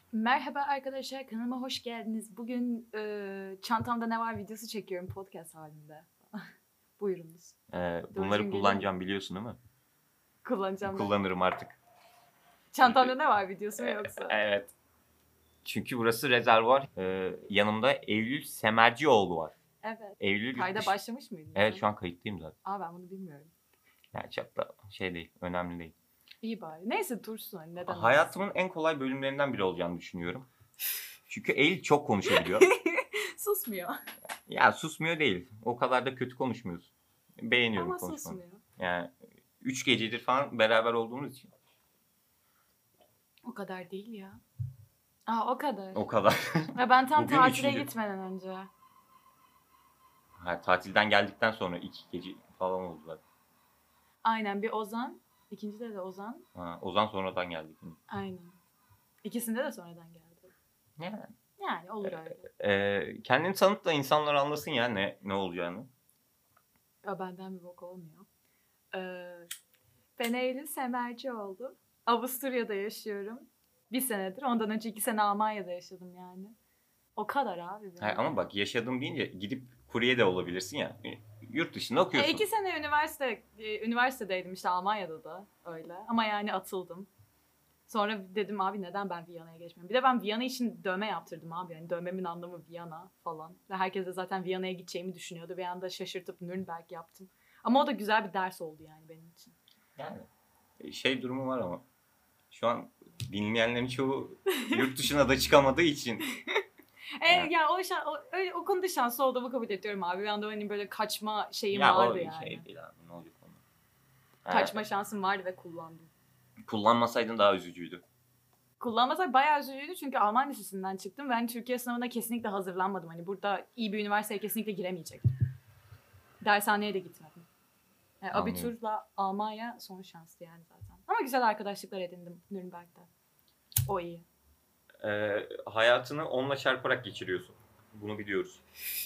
Merhaba arkadaşlar, kanalıma hoş geldiniz. Bugün çantamda ne var videosu çekiyorum podcast halinde. Buyurunuz. Bunları Düzgün kullanacağım biliyorsun değil mi? Kullanacağım. Kullanırım artık. Çantamda ne var videosu mu yoksa? Evet. Çünkü burası rezervuar. Yanımda Eylül Semercioğlu var. Evet. Eylül Kayda başlamış mıydın? Evet, şu an kayıttayım zaten. Ben bunu bilmiyorum. Yani çok da şey değil, önemli değil. İyi bari. Neyse dursun. Hani neden? Hayatımın en kolay bölümlerinden biri olacağını düşünüyorum. Çünkü Eylül çok konuşabiliyor. Susmuyor. Ya susmuyor değil. O kadar da kötü konuşmuyoruz. Beğeniyorum Ama konuşmayı. susmuyor. Yani 3 gecedir falan beraber olduğumuz için. O kadar değil ya. O kadar. O kadar. Ve ben tam Bugün tatile 3. gitmeden önce. Tatilden geldikten sonra 2 gece falan oldu zaten. Aynen, bir Ozan. İkincide de Ozan. Ozan sonradan geldi. Aynen. İkisinde de sonradan geldi. Yani olur öyle. Kendini tanıt da insanlar anlasın ya ne olacağını. Benden bir bok olmuyor. Ben Eylül Semercioğlu. Avusturya'da yaşıyorum. 1 senedir. Ondan önce 2 sene Almanya'da yaşadım yani. O kadar abi. Hayır, ama bak yaşadım deyince gidip kurye de olabilirsin ya. Yurt dışında okuyorsun. 2 sene üniversitedeydim işte, Almanya'da da öyle. Ama yani atıldım. Sonra dedim abi neden ben Viyana'ya geçmiyorum? Bir de ben Viyana için dövme yaptırdım abi. Yani dövmemin anlamı Viyana falan. Ve herkes de zaten Viyana'ya gideceğimi düşünüyordu. Bir anda şaşırtıp Nürnberg yaptım. Ama o da güzel bir ders oldu yani benim için. Yani şey durumu var ama şu an dinleyenlerin çoğu yurt dışına da çıkamadığı için. Yani öyle o konuda şanslı olduğumu kabul ediyorum abi. Bir anda hani böyle kaçma şeyim ya vardı o yani. şey değil abi, ne olacak onu. Kaçma şansım vardı ve kullandım. Kullanmasaydın daha üzücüydü. Kullanmasak bayağı üzücüydü çünkü Alman lisesinden çıktım ve hani Türkiye sınavına kesinlikle hazırlanmadım. Hani burada iyi bir üniversiteye kesinlikle giremeyecektim. Dershaneye de gitmedim. Yani abiturla Almanya son şanstı yani zaten. Ama güzel arkadaşlıklar edindim Nürnberg'de. O iyi. Hayatını 10'la çarparak geçiriyorsun. Bunu biliyoruz.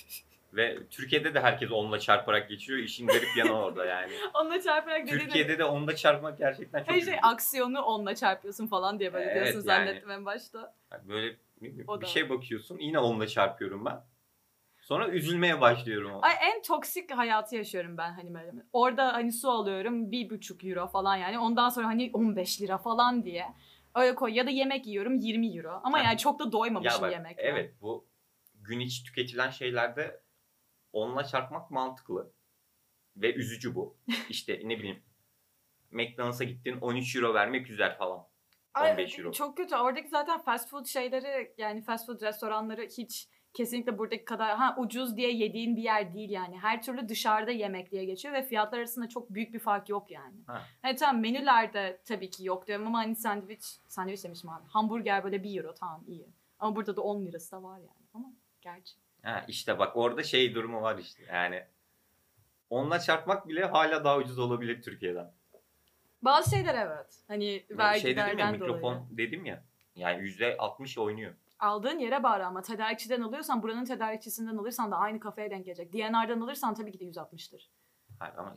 Ve Türkiye'de de herkes 10'la çarparak geçiriyor. İşin garip yanı orada yani. Onunla çarparak Türkiye'de de 10'la çarpmak gerçekten çok üzücü. Aksiyonu 10'la çarpıyorsun falan diye böyle diyorsun yani. zannettim en başta. Böyle bir şey bakıyorsun, yine 10'la çarpıyorum ben. Sonra üzülmeye başlıyorum. En toksik hayatı yaşıyorum ben hani böyle. Orada hani su alıyorum 1,5 euro falan yani. Ondan sonra hani 15 lira falan diye. Öyle koy. Ya da yemek yiyorum 20 euro. Ama yani çok da doymamışım yemekle. Evet, bu gün içi tüketilen şeylerde 10'la çarpmak mantıklı. Ve üzücü bu. İşte ne bileyim, McDonald's'a gittin 13 euro vermek güzel falan. 15 euro. Çok kötü. Oradaki zaten fast food şeyleri, yani fast food restoranları hiç kesinlikle buradaki kadar ucuz diye yediğin bir yer değil yani. Her türlü dışarıda yemek diye geçiyor ve fiyatlar arasında çok büyük bir fark yok yani. Evet tamam, menülerde tabii ki yok diyorum ama hani sandviç demişim abi. Hamburger böyle 1 euro, tamam iyi. Ama burada da 10 lirası da var yani. Ama gerçi. İşte bak orada şey durumu var işte yani. Onunla çarpmak bile hala daha ucuz olabilir Türkiye'den. Bazı şeyler evet. Hani vergilerden dolayı. Mikrofon dedim ya. Yani %60 oynuyor. Aldığın yere bağlı ama tedarikçiden alıyorsan, buranın tedarikçisinden alırsan da aynı kafeye denk gelecek. DNR'dan alırsan tabii ki de 160'tır. Hayır ama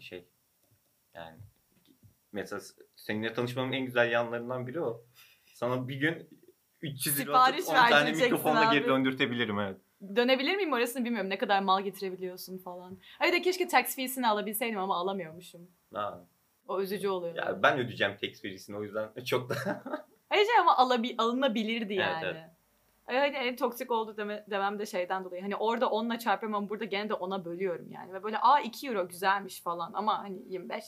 yani mesela seninle tanışmamın en güzel yanlarından biri o. Sana bir gün 300 euro atıp 10 tane mikrofonla geri döndürtebilirim, evet. Dönebilir miyim orasını bilmiyorum. Ne kadar mal getirebiliyorsun falan. Hayır da keşke tax fee'sini alabilseydim ama alamıyormuşum. O üzücü oluyor. Ya ben ödeyeceğim tax fee'sini, o yüzden çok da. Hayır ama alınabilirdi yani. Evet. Hani en toksik oldu demem de şeyden dolayı. Hani orada 10'la çarpıyorum ama burada gene de 10'a bölüyorum yani. Ve böyle 2 euro güzelmiş falan ama hani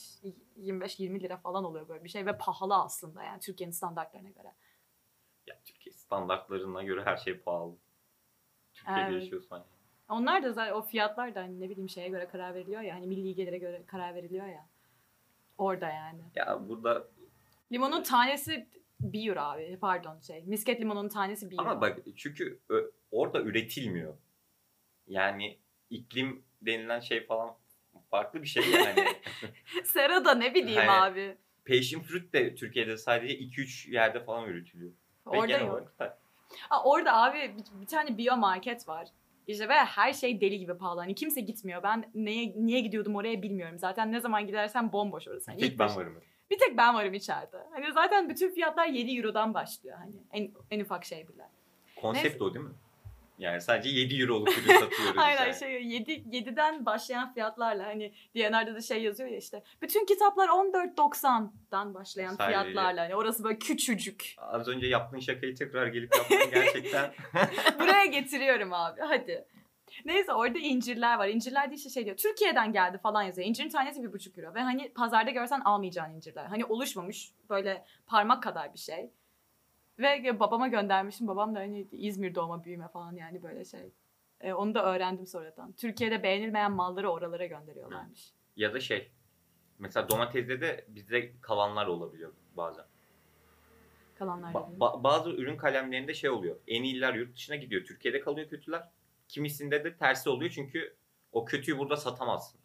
25-20 lira falan oluyor böyle bir şey. Ve pahalı aslında yani Türkiye'nin standartlarına göre. Ya Türkiye standartlarına göre her şey pahalı. Türkiye'de yaşıyorsun yani. Onlar da zaten o fiyatlar da hani ne bileyim şeye göre karar veriliyor ya. Hani milli gelire göre karar veriliyor ya. Orada yani. Ya burada... Limonun tanesi 1 euro abi. Pardon misket limonun tanesi 1 euro. Ama bak çünkü orada üretilmiyor. Yani iklim denilen şey falan farklı bir şey yani. Sera da ne bileyim abi. Passion fruit de Türkiye'de sadece 2-3 yerde falan üretiliyor. Orada yok. Orada abi bir tane bio market var. İşte ve her şey deli gibi pahalı. Hani kimse gitmiyor. Ben niye gidiyordum oraya bilmiyorum. Zaten ne zaman gidersem bomboş orası. Tek ben varım. Bir tek ben varım içeride. Hani zaten bütün fiyatlar 7 Euro'dan başlıyor. Hani en ufak şey bile. Konsept Neyse. o değil mi? Yani sadece 7 euroluk ürün satıyoruz. Aynen yani. 7'den başlayan fiyatlarla hani D&R'da da şey yazıyor ya işte. Bütün kitaplar 14.90'dan başlayan Sadece- fiyatlarla. Hani orası böyle küçücük. Az önce yaptığın şakayı tekrar gelip yapman gerçekten... Buraya getiriyorum abi hadi. Neyse orada incirler var. İncirler de işte şey diyor. Türkiye'den geldi falan yazıyor. İncirin tanesi 1,5 euro. Ve hani pazarda görsen almayacağın incirler. Hani oluşmamış böyle parmak kadar bir şey. Ve babama göndermişim. Babam da hani İzmir doğma büyüme falan yani böyle şey. Onu da öğrendim sonradan. Türkiye'de beğenilmeyen malları oralara gönderiyorlarmış. Ya da şey... Mesela domatesde de bizde kalanlar olabiliyor bazen. Kalanlar Bazı ürün kalemlerinde şey oluyor. En iyiler yurt dışına gidiyor. Türkiye'de kalıyor kötüler. Kimisinde de tersi oluyor çünkü o kötüyü burada satamazsın.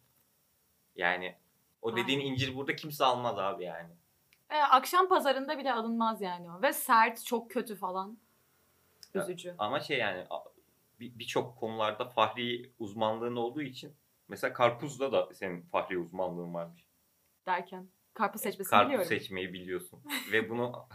Yani o dediğin Aynen. incir burada kimse almaz abi yani. Akşam pazarında bile alınmaz yani o. Ve sert, çok kötü falan. Üzücü. Ama şey yani birçok konularda fahri uzmanlığın olduğu için mesela karpuzda da senin fahri uzmanlığın varmış. Derken. Karpuz seçmesini Karpuz biliyorum. seçmeyi biliyorsun. Ve bunu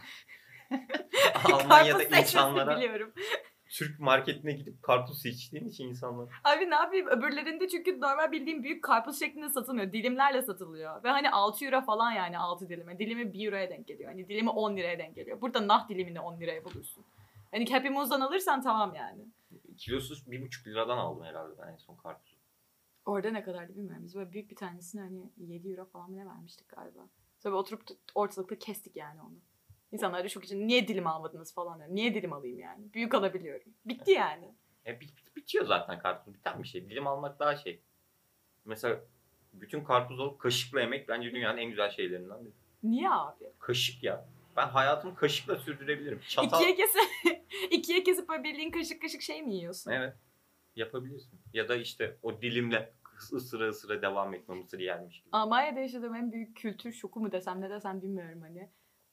Karpuz Almanya'da seçmesini insanlara biliyorum. Türk marketine gidip karpuz seçtiğin için insanlar. Abi ne yapayım öbürlerinde çünkü normal bildiğim büyük karpuz şeklinde satılmıyor. Dilimlerle satılıyor. Ve hani 6 euro falan yani 6 dilime. Dilimi 1 euroya denk geliyor. Hani dilimi 10 liraya denk geliyor. Burada nah dilimini 10 liraya bulursun. Hani Happy Muz'dan alırsan tamam yani. Kilosu 1,5 liradan aldım herhalde ben en son karpuzu. Orada ne kadardı bilmiyorum. Biz böyle büyük bir tanesini hani 7 euro falan ne vermiştik galiba. Sonra oturup ortalıkta kestik yani onu. İnsanlar da şok için niye dilim almadınız falan diyor. Niye dilim alayım yani? Büyük alabiliyorum. Bitti yani. Bitiyor zaten karpuz. Biten bir şey. Dilim almak daha şey. Mesela bütün karpuz alıp kaşıkla yemek bence dünyanın en güzel şeylerinden biri. Niye abi? Kaşık ya. Ben hayatımı kaşıkla sürdürebilirim. Çatal. İkiye kesip böyle bildiğin kaşık kaşık şey mi yiyorsun? Evet. Yapabilirsin. Ya da işte o dilimle ısıra ısıra devam etme mısır yermiş gibi. Almanya'da yaşadığım en büyük kültür şoku mu desem ne desem bilmiyorum hani.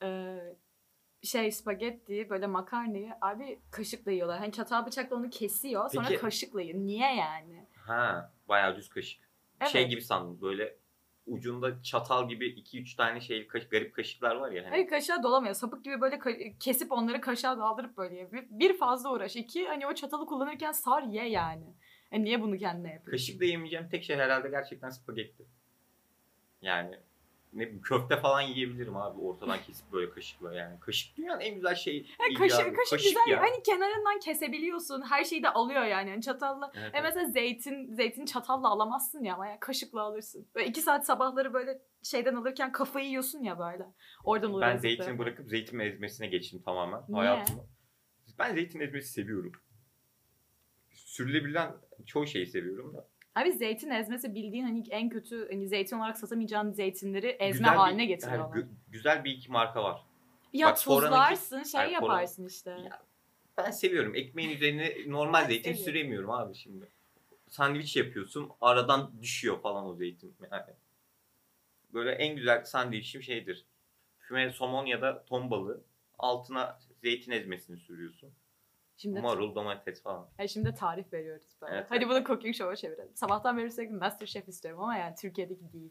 Spagetti böyle makarnayı abi kaşıkla yiyorlar. Hani çatal bıçakla onu kesiyor sonra Peki- kaşıkla yiyor. Niye yani? Ha, bayağı düz kaşık. Evet. Şey gibi sandım böyle ucunda çatal gibi 2-3 tane garip kaşıklar var ya. Hani. Hayır kaşığa dolamıyor. Sapık gibi böyle kesip onları kaşığa daldırıp böyle ye. Bir fazla uğraş. İki hani o çatalı kullanırken sar ye yani. Niye bunu kendine yapıyorsun? Kaşıkla yemeyeceğim tek şey herhalde gerçekten spagetti. Yani ne bileyim, köfte falan yiyebilirim abi ortadan kesip böyle kaşıkla yani. Kaşık dünyanın en güzel şeyi. Kaşık güzel. ya. Hani kenarından kesebiliyorsun. Her şeyi de alıyor yani. Hani çatalla. Evet, Mesela zeytin çatalla alamazsın ya ama yani kaşıkla alırsın. Böyle 2 saat sabahları böyle şeyden alırken kafayı yiyorsun ya böyle. Oradan Ben uğraşıp zeytini bırakıp zeytin ezmesine geçtim tamamen Niye? hayatımda. Ben zeytin ezmesi seviyorum. Sürülebilen çoğu şeyi seviyorum da. Abi zeytin ezmesi bildiğin hani en kötü hani zeytin olarak satamayacağın zeytinleri ezme Güzel haline bir- getiriyorlar. yani güzel bir iki marka var. Ya Bak, Fora'nınki- tuzlarsın şey Hayır, Fora- yaparsın işte. Ya, ben seviyorum. Ekmeğin üzerine normal Ben zeytin seviyorum. süremiyorum abi şimdi. Sandviç yapıyorsun. Aradan düşüyor falan o zeytin. Yani böyle en güzel sandviçim şeydir. Füme somon ya da ton balığı. Altına zeytin ezmesini sürüyorsun. Şimdi Marul, domates falan. şimdi tarif veriyoruz böyle. Evet, Hadi evet. bunu cooking show'a çevirelim. Sabahtan beri sürekli MasterChef istiyorum ama yani Türkiye'deki değil.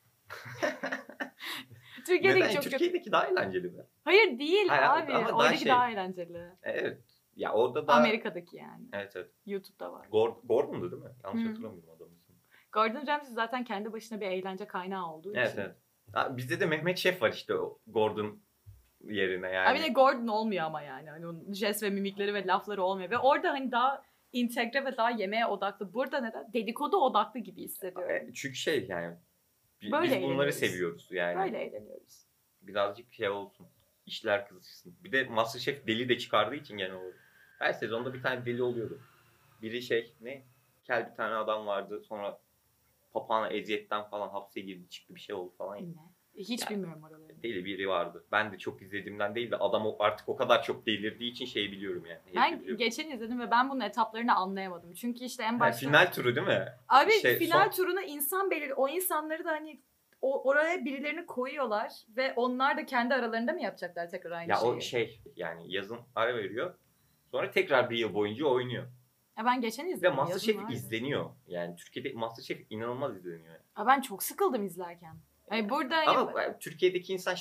Türkiye'deki Neden? çok kötü. Türkiye'deki daha eğlenceli mi? Hayır değil Hayır, abi. ama daha Oradaki şey- daha eğlenceli. Evet. Ya orada da... Amerika'daki yani. Evet evet. YouTube'da var. Gordon'du değil mi? Yanlış Hı. hatırlamıyorum adamın ismini. Gordon Ramsay zaten kendi başına bir eğlence kaynağı olduğu Evet için. evet. Ha, bizde de Mehmet Şef var işte o Gordon yerine yani. Abi de Gordon olmuyor ama yani. Hani onun jest ve mimikleri ve lafları olmuyor. Ve orada hani daha entegre ve daha yemeğe odaklı. Burada neden? Dedikodu odaklı gibi hissediyorum. Çünkü şey yani Böyle biz bunları eğleniyoruz. seviyoruz yani. Böyle eğleniyoruz. Birazcık şey olsun. İşler kızışsın. Bir de MasterChef deli de çıkardığı için genel olarak. Her sezonda bir tane deli oluyordu. Biri kel bir tane adam vardı. Sonra papağana eziyetten falan hapse girdi çıktı bir şey oldu falan. Ya. Ne? Hiç Yani- bilmiyorum oraları. Deli biri vardı. Ben de çok izlediğimden değil de adam artık o kadar çok delirdiği için şeyi biliyorum yani. Ben Herifi biliyorum. geçen izledim ve ben bunun etaplarını anlayamadım. Çünkü işte en Ha, başta... final turu değil mi? Abi Şey, final son- turuna insan o insanları da hani oraya birilerini koyuyorlar ve onlar da kendi aralarında mı yapacaklar tekrar aynı Ya şeyi? o yani yazın ara veriyor. Sonra tekrar bir yıl boyunca oynuyor. Ya ben geçen Ve izledim. MasterChef yazın vardı. izleniyor. Yani Türkiye'de MasterChef inanılmaz izleniyor. Ya ben çok sıkıldım izlerken. Hani burada hani Ama Türkiye'deki insan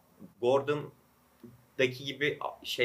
Gordon'daki gibi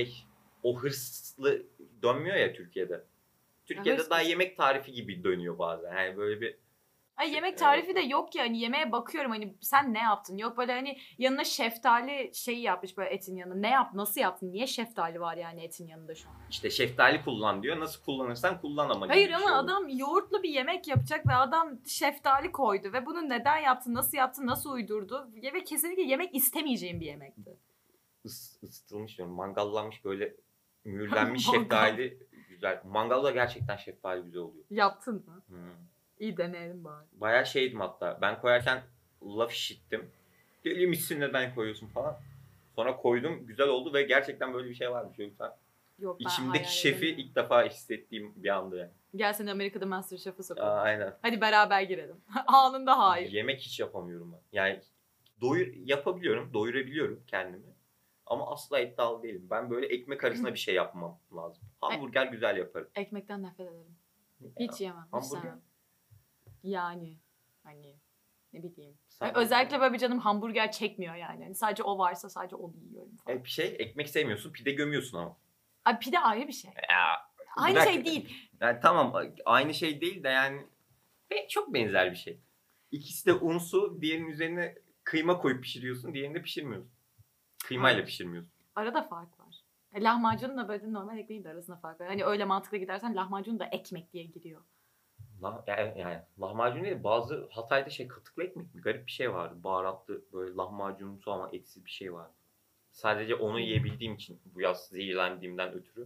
o hırslı dönmüyor ya Türkiye'de. Türkiye'de hırs daha mısın? yemek tarifi gibi dönüyor bazen. Yani böyle bir Ay yemek tarifi de yok ya, hani yemeğe bakıyorum hani sen ne yaptın? Yok böyle hani yanına şeftali şeyi yapmış böyle etin yanına. Ne yap, nasıl yaptın? Niye şeftali var yani etin yanında şu an? işte şeftali kullan diyor. Nasıl kullanırsan kullan ama gibi Hayır bir ama şey oluyor. adam yoğurtlu bir yemek yapacak ve adam şeftali koydu ve bunu neden yaptı, nasıl uydurdu? Ve kesinlikle yemek istemeyeceğim bir yemekti. Isıtılmış diyorum. Mangallanmış böyle mühürlenmiş Mangal. şeftali güzel. Mangalda gerçekten şeftali güzel oluyor. Yaptın mı? Hmm. İyi deneyelim bari. Bayağı şeydim hatta. Ben koyarken laf işittim. Deli misin neden koyuyorsun falan. Sonra koydum. Güzel oldu ve gerçekten böyle bir şey varmış. O yüzden Yok ben İçimdeki hayal şefi edemiyorum. ilk defa hissettiğim bir andı yani. Gel seni Amerika'da MasterChef'e sokalım. Aynen. Hadi beraber girelim. Anında hayır. Yemek hiç yapamıyorum ben. Yani yapabiliyorum, doyurabiliyorum kendimi. Ama asla iddialı değilim. Ben böyle ekmek arasında bir şey yapmam lazım. Hamburger güzel yaparım. Ekmekten nefret ederim. Hiç yemem. Hiç Hamburger? sevmem. Yani hani ne bileyim. Sen- Özellikle böyle bir canım hamburger çekmiyor yani. Hani sadece o varsa sadece onu yiyorum falan. ekmek sevmiyorsun, pide gömüyorsun ama. Abi pide ayrı bir şey. Ya, Aynı bırak. şey değil. Yani tamam aynı şey değil de yani çok benzer bir şey. İkisi de unsu, diğerinin üzerine kıyma koyup pişiriyorsun, diğerini de pişirmiyorsun. Kıymayla Hayır. pişirmiyorsun. Arada fark var. Lahmacunla böyle normal ekmeğin de arasında fark var. Hani öyle mantıklı gidersen lahmacun da ekmek diye giriyor. Yani lahmacun değil, bazı Hatay'da katıklı ekmek mi? Garip bir şey vardı. Baharatlı böyle lahmacunumsu ama etsiz bir şey vardı. Sadece onu yiyebildiğim için bu yaz zehirlendiğimden ötürü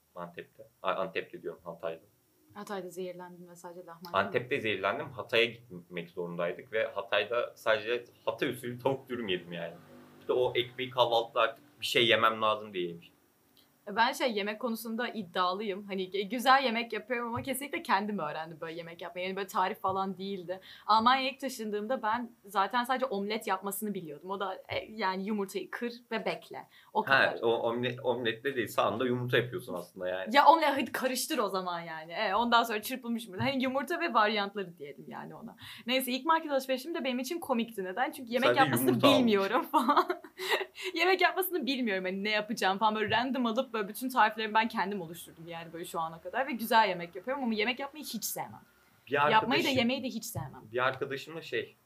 Antep'te diyorum, Hatay'da. Hatay'da zehirlendim ve sadece lahmacun. Antep'te zehirlendim. Hatay'a gitmek zorundaydık ve Hatay'da sadece Hatay usulü tavuk dürüm yedim yani. İşte o ekmeği kahvaltıda artık bir şey yemem lazım diye yemiştim. Ben yemek konusunda iddialıyım. Hani güzel yemek yapıyorum ama kesinlikle kendim öğrendim böyle yemek yapmayı. Yani böyle tarif falan değildi. Almanya'ya ilk taşındığımda ben zaten sadece omlet yapmasını biliyordum. O da yani yumurtayı kır ve bekle. O kadar. O omletle değil, sağında yumurta yapıyorsun aslında yani. Ya omlet hadi karıştır o zaman yani. Ondan sonra çırpılmış mı? Hani yumurta ve varyantları diyelim yani ona. Neyse ilk market alışverişim de benim için komikti. Neden? Çünkü yemek Sadece yapmasını yumurta bilmiyorum falan. Yemek yapmasını bilmiyorum hani ne yapacağım falan, böyle random alıp böyle bütün tariflerimi ben kendim oluşturdum yani böyle şu ana kadar ve güzel yemek yapıyorum ama yemek yapmayı hiç sevmem. Yapmayı da yemeyi de hiç sevmem. Bir arkadaşımla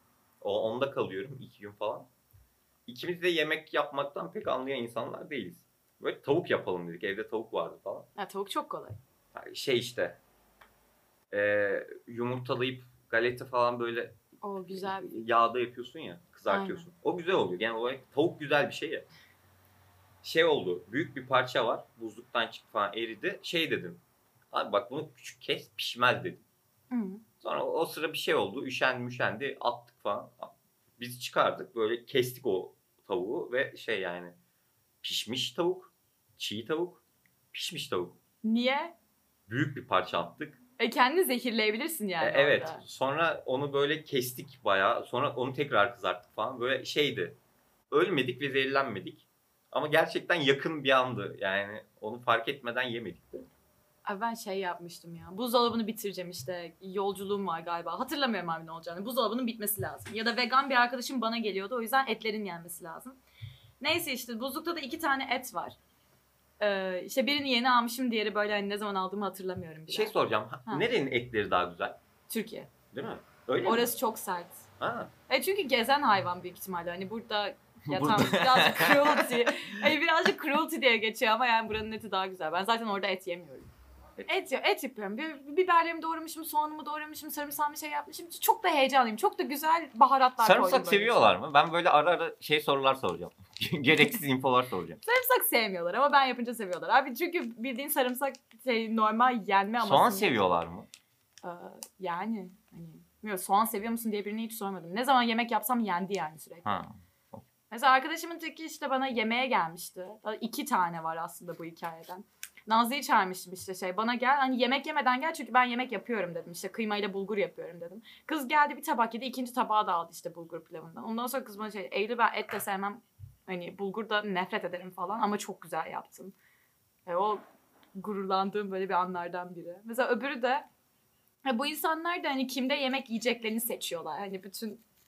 onda kalıyorum 2 gün falan. İkimiz de yemek yapmaktan pek anlayan insanlar değiliz. Böyle tavuk yapalım dedik. Evde tavuk vardı falan. Ya tavuk çok kolay. Yani yumurtalayıp galeta falan böyle O güzel. yağda yapıyorsun ya, kızartıyorsun. Aynen. O güzel oluyor. Genel olarak tavuk güzel bir şey ya. Oldu. Büyük bir parça var. Buzluktan çıktı falan, eridi. Dedim. Abi bak bunu küçük kes, pişmez dedim. Hı. Sonra o sıra bir şey oldu. Üşendi attık falan. Biz çıkardık. Böyle kestik o tavuğu ve yani pişmiş tavuk, çiğ tavuk, pişmiş tavuk. Niye? Büyük bir parça attık. Kendini zehirleyebilirsin yani evet. orada. Sonra onu böyle kestik bayağı. Sonra onu tekrar kızarttık falan. Böyle Ölmedik ve zehirlenmedik. Ama gerçekten yakın bir andı. Yani onu fark etmeden yemedik de. Abi ben yapmıştım ya. Buzdolabını bitireceğim işte. Yolculuğum var galiba. Hatırlamıyorum abi ne olacağını. Buzdolabının bitmesi lazım. Ya da vegan bir arkadaşım bana geliyordu. O yüzden etlerin yenmesi lazım. Neyse işte buzlukta da 2 tane et var. İşte birini yeni almışım, diğeri böyle hani ne zaman aldığımı hatırlamıyorum bile. Soracağım. Nerenin etleri daha güzel? Türkiye. Değil mi? Öyle Orası mi? çok sert. Ha. Çünkü gezen hayvan büyük ihtimalle. Hani burada birazcık cruelty. Birazcık cruelty diye geçiyor ama yani buranın eti daha güzel. Ben zaten orada et yemiyorum. Et yapıyorum. Biberlerimi doğramışım, soğanımı doğramışım, sarımsağımı yapmışım. Çok da heyecanlıyım. Çok da güzel baharatlar koydum. Sarımsak seviyorlar mı? Ben böyle ara ara sorular soracağım. Gereksiz infolar soracağım. Sarımsak sevmiyorlar ama ben yapınca seviyorlar. Abi çünkü bildiğin sarımsak normal yenme ama. Soğan seviyorlar mı? Yani hani bilmiyorum, soğan seviyor musun diye birini hiç sormadım. Ne zaman yemek yapsam yendi yani sürekli. Ha. Mesela arkadaşımın teki işte bana yemeğe gelmişti. 2 tane var aslında bu hikayeden. Nazlı'yı çağırmıştım işte bana gel hani yemek yemeden gel çünkü ben yemek yapıyorum dedim, işte kıymayla bulgur yapıyorum dedim. Kız geldi bir tabak yedi, ikinci tabağı da aldı işte bulgur pilavından. Ondan sonra kız bana Eylül ben et de sevmem, hani bulgur da nefret ederim falan ama çok güzel yaptın. O gururlandığım böyle bir anlardan biri. Mesela öbürü de bu insanlar da hani kimde yemek yiyeceklerini seçiyorlar. Hani bütün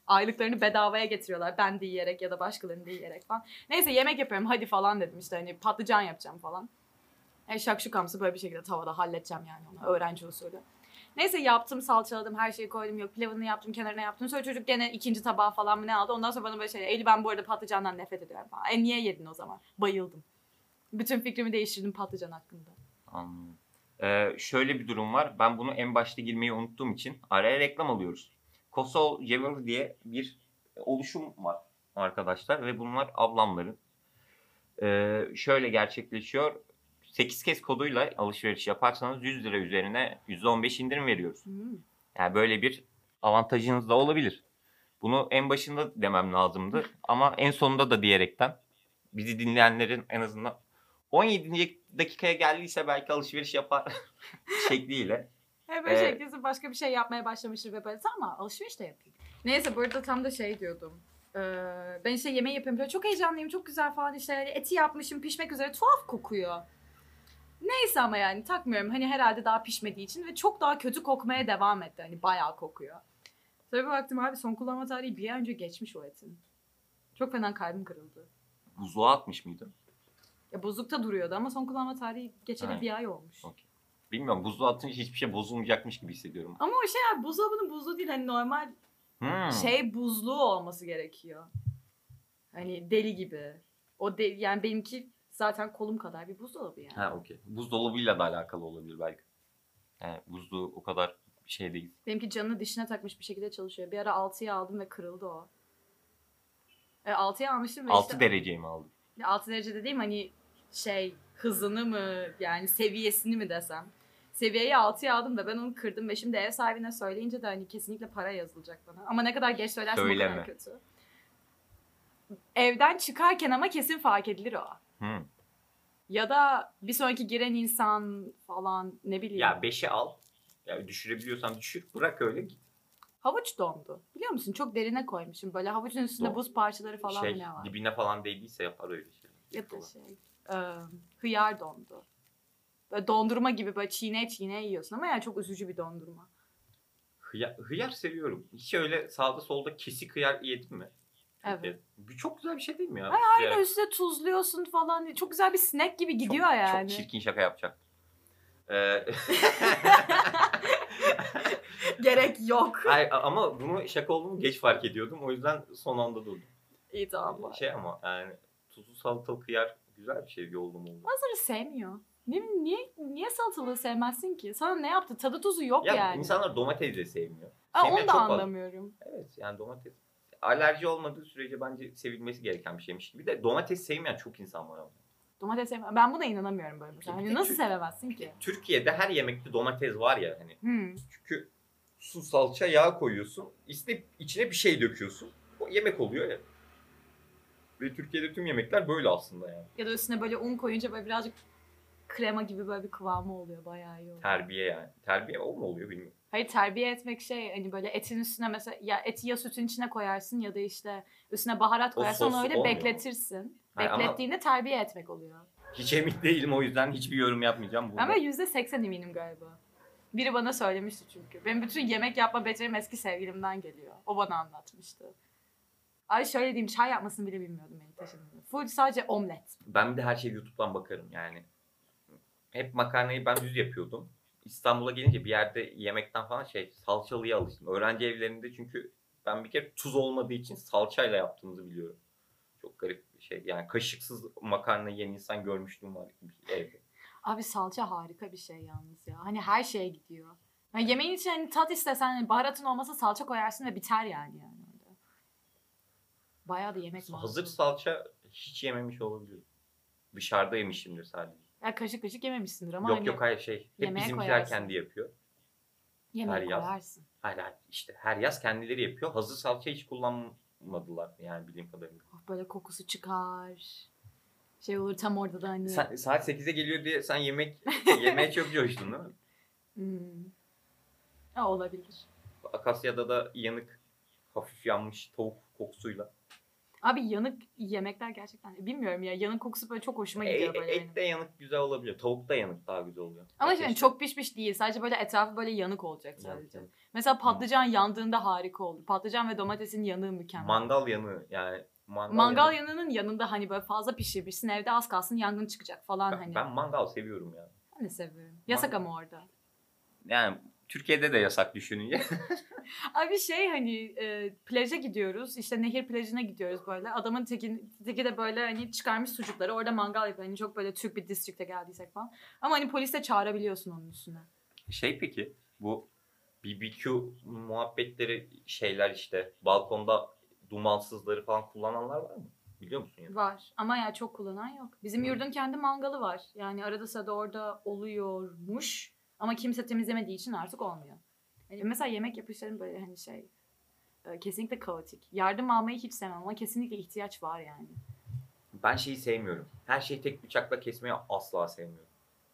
Aylıklarını bedavaya getiriyorlar. Ben de yiyerek ya da başkalarını da yiyerek falan. Neyse yemek yapıyorum hadi falan dedim işte hani patlıcan yapacağım falan. Şakşukamsı böyle bir şekilde tavada halledeceğim yani onu öğrenci usulü. Neyse yaptım, salçaladım, her şeyi koydum. Yok pilavını yaptım, kenarına yaptım. Sonra çocuk gene ikinci tabağı falan mı ne aldı. Ondan sonra bana böyle şey, Eylül ben bu arada patlıcandan nefret ediyorum falan. Niye yedin o zaman? Bayıldım. Bütün fikrimi değiştirdim patlıcan hakkında. Anladım. Şöyle bir durum var. Ben bunu en başta girmeyi unuttuğum için araya reklam alıyoruz. Kosol Jewelry diye bir oluşum var arkadaşlar ve bunlar ablamların. Şöyle gerçekleşiyor. 8 kez koduyla alışveriş yaparsanız 100 lira üzerine %15 indirim veriyoruz. Yani böyle bir avantajınız da olabilir. Bunu en başında demem lazımdı ama en sonunda da diyerekten bizi dinleyenlerin en azından 17. dakikaya geldiyse belki alışveriş yapar şekliyle. Böyle şekilde başka bir şey yapmaya başlamıştır ve böyle ama alışveriş de yapayım. Neyse burada tam da şey diyordum. Ben işte yemeği yapıyorum. Böyle çok heyecanlıyım, çok güzel falan işte eti yapmışım, pişmek üzere tuhaf kokuyor. Neyse ama yani takmıyorum. Hani herhalde daha pişmediği için ve çok daha kötü kokmaya devam etti. Hani bayağı kokuyor. Sonra bir baktım abi son kullanma tarihi bir ay önce geçmiş o etin. Çok fena kalbim kırıldı. Buzluğa atmış mıydın? Ya buzlukta duruyordu ama son kullanma tarihi geçeli bir ay olmuş. Okay. Bilmiyorum, buzluğa atınca hiçbir şey bozulmayacakmış gibi hissediyorum. Ama o şey abi buzdolabının buzluğu değil hani normal şey buzluğu olması gerekiyor. Hani deli gibi. Yani benimki zaten kolum kadar bir buzdolabı yani. Ha okey. Buzdolabıyla da alakalı olabilir belki. Yani buzluğu o kadar şey değil. Benimki canını dişine takmış bir şekilde çalışıyor. Bir ara 6'ya aldım ve kırıldı o. 6'ya almıştım ve 6 işte... dereceye mi aldın? 6 derece dediğim hani şey hızını mı yani seviyesini mi desem. Seviyeyi 6'ya aldım da ben onu kırdım ve şimdi ev sahibine söyleyince de hani kesinlikle para yazılacak bana. Ama ne kadar geç söylersem o kadar kötü. Evden çıkarken ama kesin fark edilir o. Ya da bir sonraki giren insan falan ne bileyim. Ya 5'e al. Ya düşürebiliyorsan düşür. Bırak öyle git. Havuç dondu. Biliyor musun? Çok derine koymuşum. Böyle havucun üstünde buz parçaları falan mı ne var? Dibine falan değdiyse yapar öyle şey. Ya da hıyar dondu. Böyle dondurma gibi böyle çiğneye çiğneye yiyorsun ama yani çok üzücü bir dondurma. Hıyar seviyorum. Hiç öyle sağda solda kesik hıyar yedin mi? Evet. Çok güzel bir şey değil mi ya? Aynen üstüne tuzluyorsun falan. Çok güzel bir snack gibi gidiyor çok, yani. Çok çirkin şaka yapacak. Gerek yok. Hayır, ama bunu şaka olduğunu geç fark ediyordum. O yüzden son anda durdum. İyi tamam. Ama yani tuzlu salatalık hıyar güzel bir şey yoğurdum oldu. Bazıları sevmiyor. Niye salatalığı sevmezsin ki? Sana ne yaptı? Tadı tuzu yok yani. İnsanlar domates de sevmiyor. Onu da anlamıyorum. Evet yani domates. Alerji olmadığı sürece bence sevilmesi gereken bir şeymiş. Bir de domates sevmeyen çok insan var ama. Domates sevmem. Ben buna inanamıyorum böyle mesela. Hani nasıl sevemezsin ki? Türkiye'de her yemekte domates var ya hani. Çünkü su, salça, yağ koyuyorsun. İçine bir şey döküyorsun. O yemek oluyor ya. Ve Türkiye'de tüm yemekler böyle aslında yani. Ya da üstüne böyle un koyunca böyle birazcık krema gibi böyle bir kıvamı oluyor. Bayağı iyi oluyor. Terbiye yani. Terbiye o mu oluyor bilmiyorum. Hayır terbiye etmek şey hani böyle etin üstüne mesela ya eti ya sütün içine koyarsın ya da işte üstüne baharat koyarsın onu öyle bekletirsin. Hayır, beklettiğinde terbiye etmek oluyor. Hiç emin değilim o yüzden hiçbir yorum yapmayacağım burada. Ama %80 eminim galiba. Biri bana söylemişti çünkü. Benim bütün yemek yapma becerim eski sevgilimden geliyor. O bana anlatmıştı. Ay şöyle diyeyim çay yapmasını bile bilmiyordum benim taşındığımda. Full sadece omlet. Ben de her şeyi YouTube'dan bakarım yani. Hep makarnayı ben düz yapıyordum. İstanbul'a gelince bir yerde yemekten falan salçalıya alıştım. Öğrenci evlerinde çünkü ben bir kere tuz olmadığı için salçayla yaptığımızı biliyorum. Çok garip bir şey. Yani kaşıksız makarna yiyen insan görmüştüm var evde. Abi salça harika bir şey yalnız ya. Hani her şeye gidiyor. Yani yemeğin için hani tat istesen hani baharatın olmasa salça koyarsın ve biter yani orada. Bayağı da yemek var. Hazır salça hiç yememiş olabilirim. Dışarıda yemişimdir sadece. Ya kaşık kaşık yememişsindir ama yok hayır hep bizimkiler koyarsın. kendi yapıyor. Yemeğe koyarsın. Hayır işte her yaz kendileri yapıyor. Hazır salça hiç kullanmadılar yani bildiğim kadarıyla. Böyle kokusu çıkar. Şey olur tam orada da hani. Saat 8'e geliyor diye sen yemeğe çok coştun değil mi? Olabilir. Akasya'da da yanık, hafif yanmış tavuk kokusuyla. Abi yanık yemekler gerçekten bilmiyorum ya. Yanık kokusu böyle çok hoşuma gidiyor böyle benim. Et de yanık güzel olabiliyor. Tavuk da yanık daha güzel oluyor. Ama Ateşte. yani çok pişmiş değil. Sadece böyle etrafı böyle yanık olacak sadece. Yanık. Mesela patlıcan yandığında harika olur. Patlıcan ve domatesin yanığı mükemmel. Mangal yanığı yani. Mangal yanığının yanında hani böyle fazla pişirmişsin, evde az kalsın yangın çıkacak falan hani. Ben mangal seviyorum ya. Ben de seviyorum. Yasak ama orada. Yani Türkiye'de de yasak düşününce. Abi şey hani plaja gidiyoruz. İşte nehir plajına gidiyoruz böyle. Adamın teki de böyle hani çıkarmış sucukları. Orada mangal yapıyor. Hani çok böyle Türk bir distrikte geldiysek falan. Ama hani polis de çağırabiliyorsun onun üstüne. Peki bu BBQ muhabbetleri şeyler işte balkonda dumansızları falan kullananlar var mı? Biliyor musun ya? Var ama ya çok kullanan yok. Bizim yurdun kendi mangalı var. Yani arada sırada orada oluyormuş. Ama kimse temizlemediği için artık olmuyor. Yani mesela yemek yapışların böyle hani şey kesinlikle kaotik. Yardım almayı hiç sevmem ama kesinlikle ihtiyaç var yani. Ben şeyi sevmiyorum. Her şeyi tek bıçakla kesmeyi asla sevmiyorum.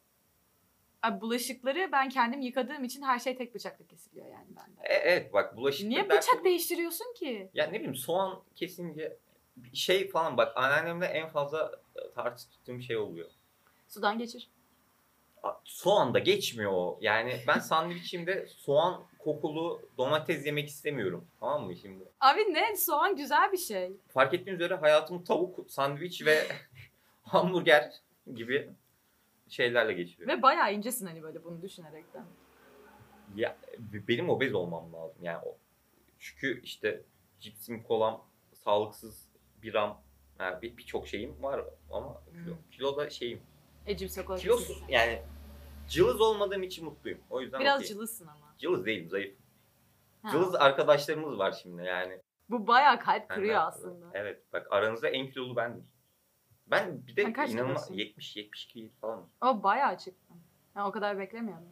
Abi bulaşıkları ben kendim yıkadığım için her şey tek bıçakla kesiliyor yani bende. Evet bak bulaşıkta Niye bıçak değiştiriyorsun ki? Ya ne bileyim soğan kesince şey falan bak anneannemle en fazla tartıştığım şey oluyor. Sudan geçir. Soğan da geçmiyor o. Yani ben sandviçimde soğan kokulu domates yemek istemiyorum. Tamam mı şimdi? Abi ne? Soğan güzel bir şey. Fark ettiğiniz üzere hayatım tavuk, sandviç ve hamburger gibi şeylerle geçiyor. Ve bayağı incesin hani böyle bunu düşünerekten. Ya benim obez olmam lazım. Yani o. Çünkü işte cipsim, kolam, sağlıksız biram, yani birçok şeyim var ama kilo da şeyim. Cips yok. Kilosuz yani cılız olmadığım için mutluyum. O yüzden biraz okey. cılızsın ama. Cılız değilim, zayıf. Ha. Cılız arkadaşlarımız var şimdi yani. Bu bayağı kalp kırıyor aslında. Evet bak aranızda en kilolu bendim. Ben bir de inanılmaz kilosun? 70-72 falan. O bayağı çıktı. Ben o kadar beklemiyordum.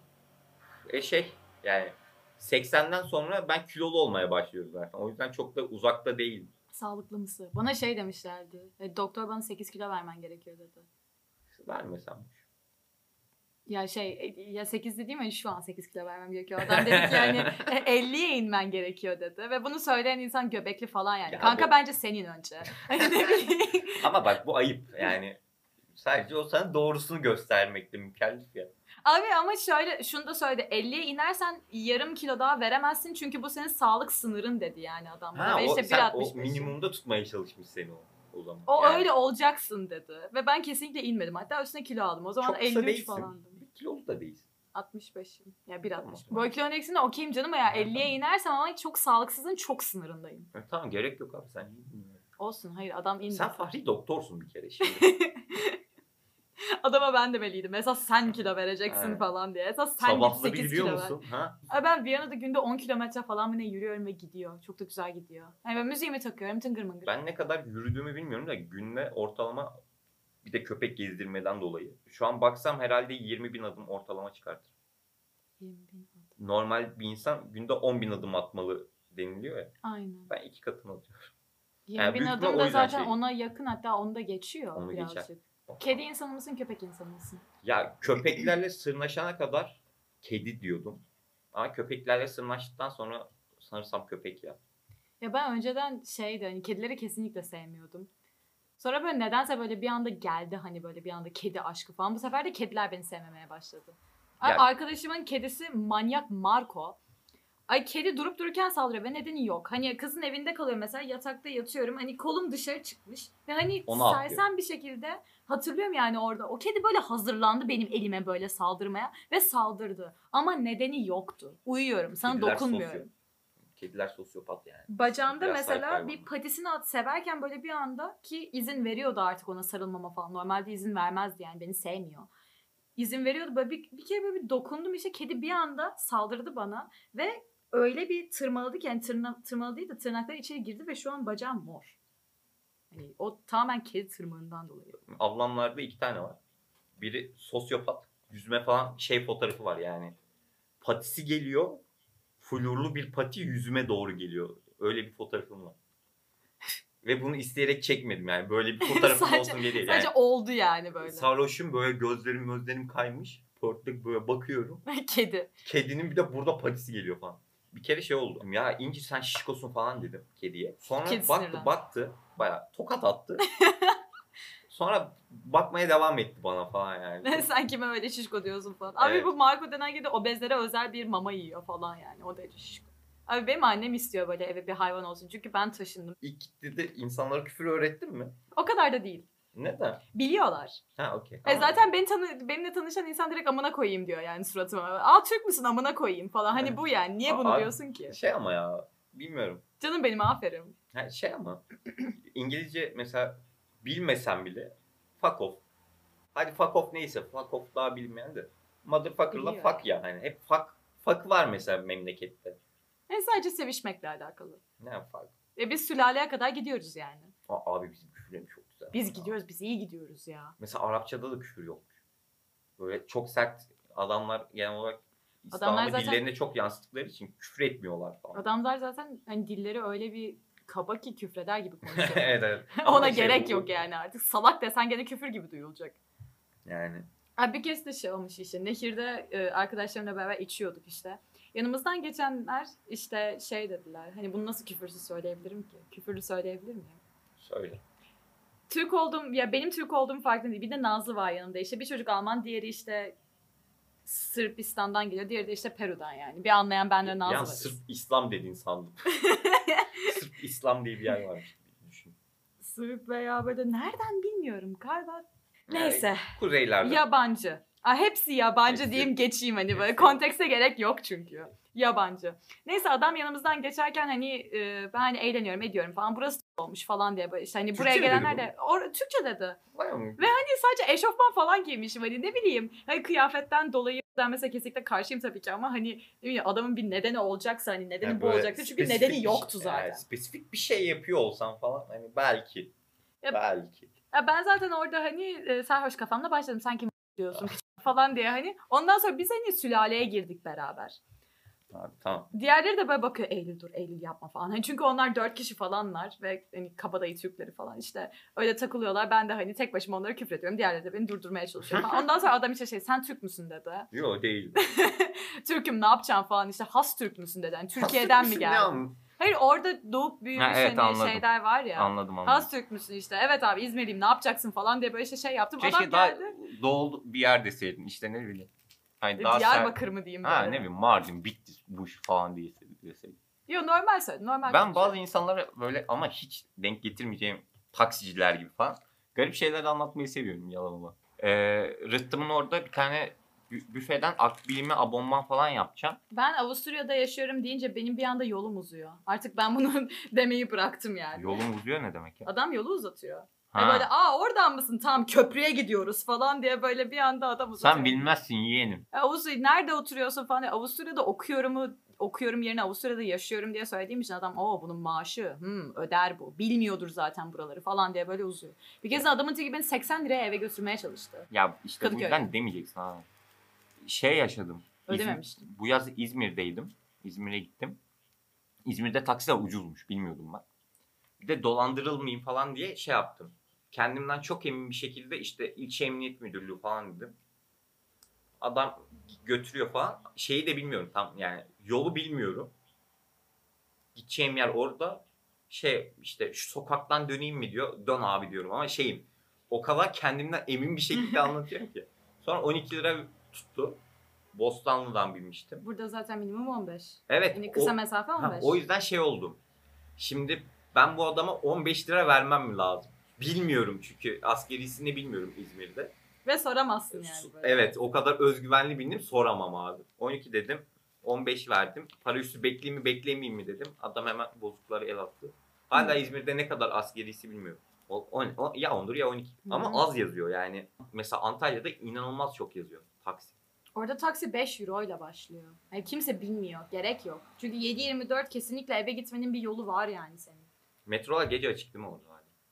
Yani 80'den sonra ben kilolu olmaya başlıyorum zaten. O yüzden çok da uzakta değilim. Sağlıklı mısın? Bana şey demişlerdi. Doktor bana 8 kilo vermen gerekiyor dedi. Vermesem. Ya ya 8 dediğim hani şu an 8 kilo vermem gerekiyor. Adam dedi ki yani 50'ye inmen gerekiyor dedi. Ve bunu söyleyen insan göbekli falan yani. Ya kanka bence senin önce. Ama bak bu ayıp yani. Sadece o sana doğrusunu göstermekte mükellef ya. Abi ama şöyle şunu da söyledi. 50'ye inersen yarım kilo daha veremezsin çünkü bu senin sağlık sınırın dedi yani adam. Ha, Ve işte sen o 1.65'im. minimumda tutmaya çalışmış seni o zaman. O yani. öyle olacaksın dedi. Ve ben kesinlikle inmedim. Hatta üstüne kilo aldım. O zaman çok 53 falandım. Bir kilolu da değilsin. 65'im. Ya 1.60. Tamam. Boy kilo endeksinde okeyim canım ya. 50'ye inersem ama çok sağlıksızın çok sınırındayım. Tamam gerek yok abi sen iyi. Olsun hayır adam indi. Sen fahri doktorsun bir kere şimdi. Adama ben de beliydim. Esas sen kilo vereceksin Evet. falan diye. Esas sen Sabahları 8 yürüyor kilo musun? Ha? ver. Ben Viyana'da günde 10 kilometre falan mı ne yürüyorum ve gidiyor. Çok da güzel gidiyor. Yani ben müziğimi takıyorum tıngır mıngır. Ben ne kadar yürüdüğümü bilmiyorum da günde ortalama bir de köpek gezdirmeden dolayı. Şu an baksam herhalde 20.000 adım ortalama çıkartır. 20.000 adım. Normal bir insan günde 10.000 adım atmalı deniliyor ya. Aynen. Ben 2 katını atıyorum. 20.000 büyük adım ihtimal o da yüzden zaten ona yakın hatta onu da geçiyor Onu birazcık. geçer. Kedi insanı mısın köpek insanı mısın? Ya köpeklerle sırnaşana kadar kedi diyordum. Ama köpeklerle sırnaştıktan sonra sanırsam köpek ya. Ya ben önceden hani kedileri kesinlikle sevmiyordum. Sonra böyle nedense böyle bir anda geldi hani böyle bir anda kedi aşkı falan. Bu sefer de kediler beni sevmemeye başladı. Ya- Arkadaşımın kedisi manyak Marco. Ay kedi durup dururken saldırıyor ve nedeni yok. Hani kızın evinde kalıyor mesela yatakta yatıyorum. Hani kolum dışarı çıkmış. Ve hani Onu sersem bir şekilde hatırlıyorum yani orada. O kedi böyle hazırlandı benim elime böyle saldırmaya. Ve saldırdı. Ama nedeni yoktu. Uyuyorum sana Kediler dokunmuyorum. Kediler sosyopat yani. Bacağımda Biraz mesela sahip bir hayvan. patisini severken böyle bir anda ki izin veriyordu artık ona sarılmama falan. Normalde izin vermezdi yani beni sevmiyor. İzin veriyordu böyle bir kere böyle bir dokundum işte kedi bir anda saldırdı bana ve öyle bir tırmaladı ki yani tırmaladı değil de tırnakları içeri girdi ve şu an bacağım mor. Hani o tamamen kedi tırmığından dolayı. Ablamlarda 2 tane var. Biri sosyopat. Yüzme falan fotoğrafı var yani. Patisi geliyor. Flurlu bir pati yüzüme doğru geliyor. Öyle bir fotoğrafım var. Ve bunu isteyerek çekmedim yani. Böyle bir fotoğrafım olsun diye değil. Sadece Yani, oldu yani böyle. sarhoşum böyle gözlerim kaymış. Pörtlük böyle bakıyorum. Kedi. Kedinin bir de burada patisi geliyor falan. Bir kere şey oldu. Ya İnci sen şişkosun falan dedim kediye. Sonra Kedi baktı sinirlendi. baktı. Bayağı tokat attı. Sonra bakmaya devam etti bana falan yani. Sen kime öyle şişko diyorsun falan. Abi Evet. bu Marco denen kedi obezlere özel bir mama yiyor falan yani. O derece şişko. Abi benim annem istiyor böyle eve bir hayvan olsun. Çünkü ben taşındım. İlk gittiğinde insanlara küfür öğrettin mi? O kadar da değil. Neden? Biliyorlar. Ha okey. Zaten benimle tanışan insan direkt amına koyayım diyor yani suratıma. Aa Türk müsün amına koyayım falan. Hani Evet. bu yani. Niye bunu Abi, diyorsun ki? Şey ama ya bilmiyorum. Canım benim aferin. Ha, şey ama İngilizce mesela bilmesem bile fuck off. Hadi fuck off neyse fuck off daha bilmeyen de. Motherfucker'la Biliyor. fuck ya. Hani hep fuck var mesela memlekette. Sadece sevişmekle alakalı. Ne fuck? Biz sülaleye kadar gidiyoruz yani. Abi bizim küfürlerimiz çok güzel. Biz gidiyoruz, biz iyi gidiyoruz ya. Mesela Arapçada da küfür yokmuş. Böyle çok sert adamlar genel olarak Adamlar İslam'ı zaten- dillerine çok yansıttıkları için küfür etmiyorlar falan. Adamlar zaten hani dilleri öyle bir kaba ki küfreder gibi konuşuyor. Evet evet. Ona Ama gerek bu- yok yani artık. Salak desen gene küfür gibi duyulacak. Yani. Abi bir kez de şey olmuş işte. Nehirde arkadaşlarımla beraber içiyorduk işte. Yanımızdan geçenler işte şey dediler. Hani bunu nasıl küfürsüz söyleyebilirim ki? Küfürlü söyleyebilir miyim? Söyle. Türk olduğum, ya benim Türk olduğum farkında değil. Bir de Nazlı var yanımda. İşte bir çocuk Alman, diğeri işte Sırbistan'dan geliyor. Diğeri de işte Peru'dan yani. Bir anlayan bende Nazlı Ya var. sırf İslam dediğin sandım. Sırf İslam diye bir yer varmış. Düşün. Sırp veya böyle nereden bilmiyorum galiba. Neyse. Yani kuzeylerde. Yabancı. Hepsi yabancı Hepsi. diyeyim geçeyim hani böyle. Hepsi. Kontekste gerek yok çünkü. Yabancı. Neyse adam yanımızdan geçerken hani ben hani eğleniyorum ediyorum falan. Burası olmuş falan diye böyle işte hani Türkçe buraya mi dedi gelenler bu? de Türkçe dedi. Vay mı? Hani sadece eşofman falan giymişim hani ne bileyim. Hani kıyafetten dolayı ben mesela kesinlikle karşıyım tabii ki ama hani ne bileyim adamın bir nedeni olacaksa hani nedeni Yani bu böyle olacaktı. Çünkü spesifik nedeni bir yoktu şey- zaten. Yani spesifik bir şey yapıyor olsan falan hani belki. Ya- Belki. Ya ben zaten orada hani sarhoş kafamla başladım. Sen kim diyorsun falan diye hani. Ondan sonra biz hani sülaleye girdik beraber. Abi tamam. Diğerleri de böyle bakıyor Eylül dur Eylül yapma falan. Hani çünkü onlar 4 kişi falanlar ve hani kabadayı Türkleri falan işte öyle takılıyorlar. Ben de hani tek başıma onları küfrediyorum. Diğerleri de beni durdurmaya çalışıyor falan. Ondan sonra adam işte sen Türk müsün dedi. Yok değil. Türk'üm ne yapacağım falan işte has Türk müsün dedi. Yani Türkiye'den mi Ne geldin? an- Hayır orada doğup büyümüş Ha, evet, hani anladım. şeyler var ya. Anladım. Has Türk müsün işte. Evet abi İzmirliyim ne yapacaksın falan diye böyle işte şey yaptım. Keşke Adam daha geldi. doğulu bir yer deseydin işte ne bileyim. Hani daha Diyarbakır mı diyeyim Ha böyle. ne bileyim Mardin, Bitlis, Buş falan deseydin. Yo normal söyledim. Normal Ben konuşuyorum. bazı insanlara böyle ama hiç denk getirmeyeceğim taksiciler gibi falan garip şeyler anlatmayı seviyorum yalanıma. Rıhtımın orada bir tane büfeden akbilime abonman falan yapacağım. Ben Avusturya'da yaşıyorum deyince benim bir anda yolum uzuyor. Artık ben bunu demeyi bıraktım yani. Yolum uzuyor ne demek ya? Adam yolu uzatıyor. Ha. Hani böyle oradan mısın tamam köprüye gidiyoruz falan diye böyle bir anda adam uzatıyor. Sen bilmezsin yeğenim. Avusturya nerede oturuyorsun falan diye. Avusturya'da okuyorum yerine Avusturya'da yaşıyorum diye söylediğim için adam bunun maaşı öder bu. Bilmiyordur zaten buraları falan diye böyle uzuyor. Bir kez adamın teki beni 80 liraya eve götürmeye çalıştı. Ya işte bu Kadıköy. yüzden demeyeceksin ha. Şey yaşadım. Ödememiştim. Bu yaz İzmir'deydim. İzmir'e gittim. İzmir'de taksiler ucuzmuş. Bilmiyordum ben. Bir de dolandırılmayayım falan diye şey yaptım. Kendimden çok emin bir şekilde işte ilçe emniyet müdürlüğü falan dedim. Adam götürüyor falan. Şeyi de bilmiyorum tam yani yolu bilmiyorum. Gideceğim yer orada. Şey işte şu sokaktan döneyim mi diyor. Dön abi diyorum ama şeyim. O kadar kendimden emin bir şekilde anlatıyorum ki. Sonra 12 lira tuttu. Bostanlı'dan binmiştim. Burada zaten minimum 15. Evet. Yani kısa mesafe 15. O yüzden şey oldum. Şimdi ben bu adama 15 lira vermem mi lazım? Bilmiyorum çünkü askerisini bilmiyorum İzmir'de. Ve soramazsın yani böyle. Evet o kadar özgüvenli bindim soramam abi. 12 dedim 15 verdim. Para üstü bekleyeyim mi beklemeyeyim mi dedim. Adam hemen bozukları el attı. Hala İzmir'de ne kadar askerisi bilmiyorum. Ya 10'dur ya 12. Ama az yazıyor yani. Mesela Antalya'da inanılmaz çok yazıyor taksi. Orada taksi 5 euro ile başlıyor. Yani kimse bilmiyor. Gerek yok. Çünkü 7-24 kesinlikle eve gitmenin bir yolu var yani senin. Metrolar gece açık değil mi orada?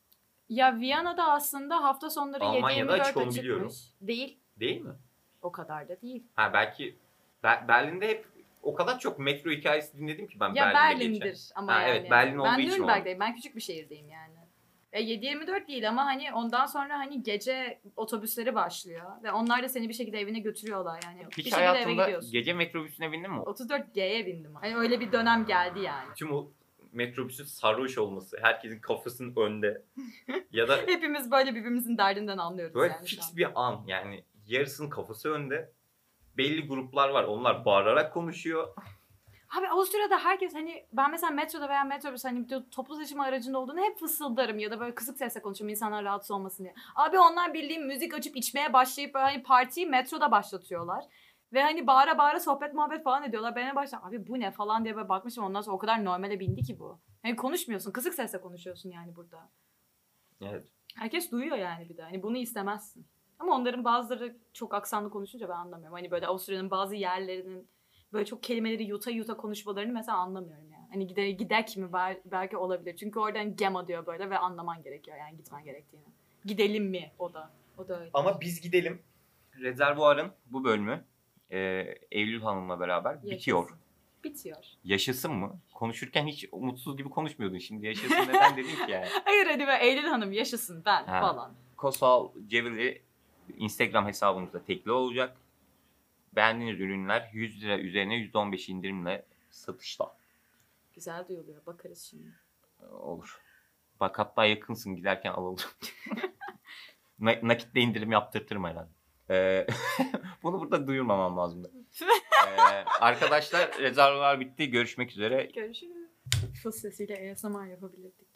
Ya Viyana'da aslında hafta sonları Almanya'da 7-24 açık, onu açıkmış. biliyorum. Değil. Değil mi? O kadar da değil. Ha belki Berlin'de hep o kadar çok metro hikayesi dinledim ki ben Ya Berlin'de Berlin'dir geçen. ama Ha, yani. evet, Berlin olduğu ben için Nürnberg'deyim. Ben küçük bir şehirdeyim yani. 7-24 değil ama hani ondan sonra hani gece otobüsleri başlıyor. Ve onlar da seni bir şekilde evine götürüyorlar yani. Bir Hiç şekilde eve hayatında gidiyorsun. gece metrobüsüne bindin mi? 34G'ye bindim. Hani öyle bir dönem geldi yani. Tüm o metrobüsün sarhoş olması, herkesin kafasının önde ya da Hepimiz böyle birbirimizin derdinden anlıyoruz böyle yani şu fix an. bir an, yani yarısının kafası önde. Belli gruplar var, onlar bağırarak konuşuyor. Abi Avusturya'da herkes hani ben mesela metroda veya metrobüs hani toplu taşıma aracında olduğunu hep fısıldarım ya da böyle kısık sesle konuşurum insanlar rahatsız olmasın diye. Abi onlar bildiğim müzik açıp içmeye başlayıp böyle hani partiyi metroda başlatıyorlar. Ve hani bağıra bağıra sohbet muhabbet falan ediyorlar. Ben en başta abi bu ne falan diye böyle bakmışım, ondan sonra o kadar normale bindi ki bu. Hani konuşmuyorsun, kısık sesle konuşuyorsun yani burada. Evet. Herkes duyuyor yani bir de. Hani bunu istemezsin. Ama onların bazıları çok aksanlı konuşunca ben anlamıyorum. Hani böyle Avusturya'nın bazı yerlerinin böyle çok kelimeleri yuta yuta konuşmalarını mesela anlamıyorum yani. Hani gidek mi belki olabilir. Çünkü oradan gema diyor böyle ve anlaman gerekiyor yani gitmen gerektiğini. Gidelim mi o da. O da öyle. Ama biz gidelim. Rezervuar'ın bu bölümü Eylül Hanım'la beraber bitiyor. Bitiyor. Yaşasın mı? Konuşurken hiç umutsuz gibi konuşmuyordun. Şimdi yaşasın neden dedin ki yani? Hayır hadi be Eylül Hanım yaşasın ben falan. Kosal Cevili Instagram hesabımızda tekli olacak. Beğendiğiniz ürünler 100 lira üzerine %15 indirimle satışta. Güzel duyuluyor. Bakarız şimdi. Olur. Bak hatta yakınsın, giderken alalım. Nakitle indirim yaptırtırım herhalde. Bunu burada duyurmamam lazım. Arkadaşlar rezervuar bitti. Görüşmek üzere. Görüşürüz. Fıs sesiyle ASMR yapabilirdik.